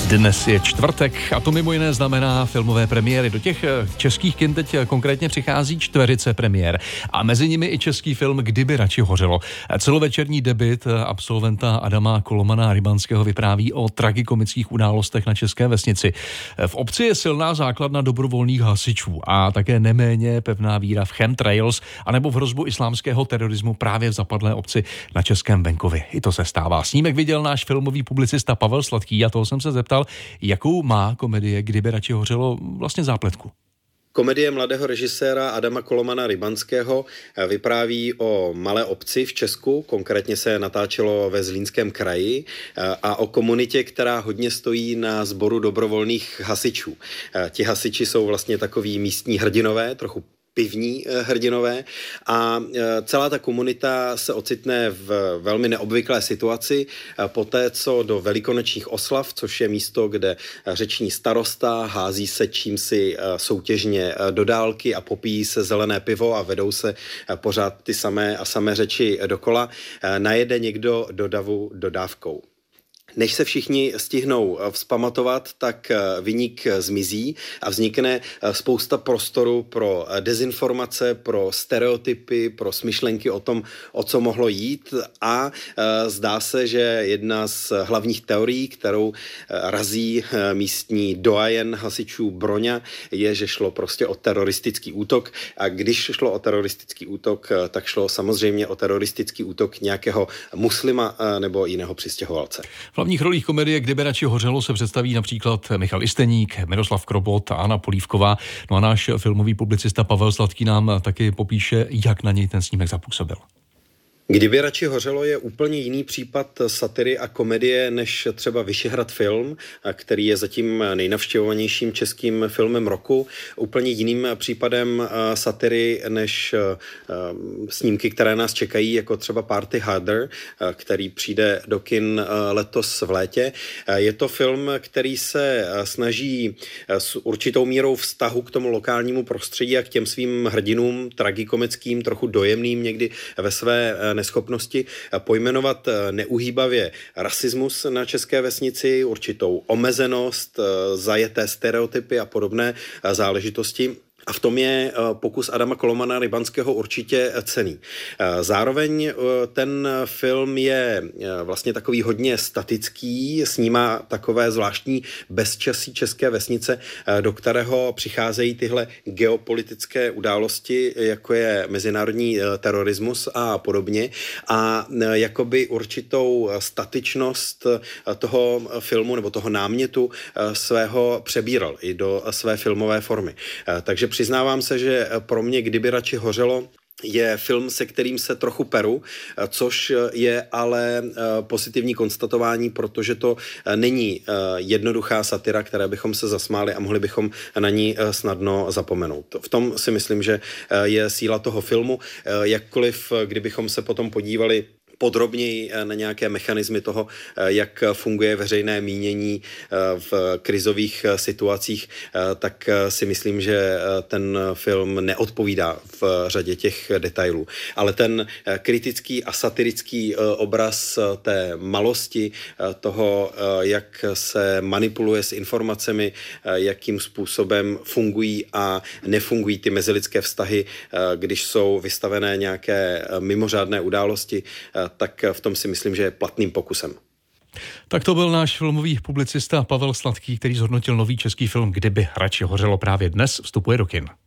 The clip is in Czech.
Dnes je čtvrtek a to mimo jiné znamená filmové premiéry. Do těch českých kin teď konkrétně přichází čtverice premiér a mezi nimi i český film Kdyby radši hořelo. Celovečerní debut absolventa Adama Kolomana Rybanského vypráví o tragikomických událostech na české vesnici. V obci je silná základna dobrovolných hasičů a také neméně pevná víra v chemtrails anebo v hrozbu islámského terorismu právě v zapadlé obci na českém venkově. I to se stává. Snímek viděl náš filmový publicista Pavel Sladký a toho jsem se zeptal, jakou má komedie Kdyby radši hořelo vlastně zápletku. Komedie mladého režiséra Adama Kolomana Rybanského vypráví o malé obci v Česku, konkrétně se natáčelo ve Zlínském kraji, a o komunitě, která hodně stojí na sboru dobrovolných hasičů. Ti hasiči jsou vlastně takoví místní hrdinové, trochu pivní hrdinové a celá ta komunita se ocitne v velmi neobvyklé situaci poté, co do velikonočních oslav, což je místo, kde řeční starosta hází se čímsi soutěžně do dálky a popíjí se zelené pivo a vedou se pořád ty samé řeči dokola, najede někdo do davu dodávkou. Než se všichni stihnou vzpamatovat, tak viník zmizí a vznikne spousta prostoru pro dezinformace, pro stereotypy, pro smyšlenky o tom, o co mohlo jít, a zdá se, že jedna z hlavních teorií, kterou razí místní doyen hasičů Broňa, je, že šlo prostě o teroristický útok, a když šlo o teroristický útok, tak šlo samozřejmě o teroristický útok nějakého muslima nebo jiného přistěhovalce. V hlavních rolích komedie Kdyby radši hořelo se představí například Michal Isteník, Miroslav Krobot a Anna Polívková. No a náš filmový publicista Pavel Sladký nám taky popíše, jak na něj ten snímek zapůsobil. Kdyby radši hořelo je úplně jiný případ satiry a komedie než třeba Vyšehrad film, který je zatím nejnavštěvovanějším českým filmem roku. Úplně jiným případem satiry než snímky, které nás čekají, jako třeba Party Harder, který přijde do kin letos v létě. Je to film, který se snaží s určitou mírou vztahu k tomu lokálnímu prostředí a k těm svým hrdinům tragikomickým, trochu dojemným někdy ve své neschopnosti pojmenovat neuhýbavě rasismus na české vesnici, určitou omezenost, zajeté stereotypy a podobné záležitosti. A v tom je pokus Adama Kolomana Rybanského určitě cenný. Zároveň ten film je vlastně takový hodně statický, snímá takové zvláštní bezčasí české vesnice, do kterého přicházejí tyhle geopolitické události, jako je mezinárodní terorismus a podobně. A jakoby určitou statičnost toho filmu nebo toho námětu svého přebíral i do své filmové formy. Takže přiznávám se, že pro mě Kdyby radši hořelo je film, se kterým se trochu peru, což je ale pozitivní konstatování, protože to není jednoduchá satira, které bychom se zasmáli a mohli bychom na ní snadno zapomenout. V tom si myslím, že je síla toho filmu, jakkoliv kdybychom se potom podívali podrobněji na nějaké mechanismy toho, jak funguje veřejné mínění v krizových situacích, tak si myslím, že ten film neodpovídá v řadě těch detailů. Ale ten kritický a satirický obraz té malosti, toho, jak se manipuluje s informacemi, jakým způsobem fungují a nefungují ty mezilidské vztahy, když jsou vystavené nějaké mimořádné události, tak v tom si myslím, že je platným pokusem. Tak to byl náš filmový publicista Pavel Sladký, který zhodnotil nový český film Kdyby radši hořelo právě dnes, vstupuje do kin.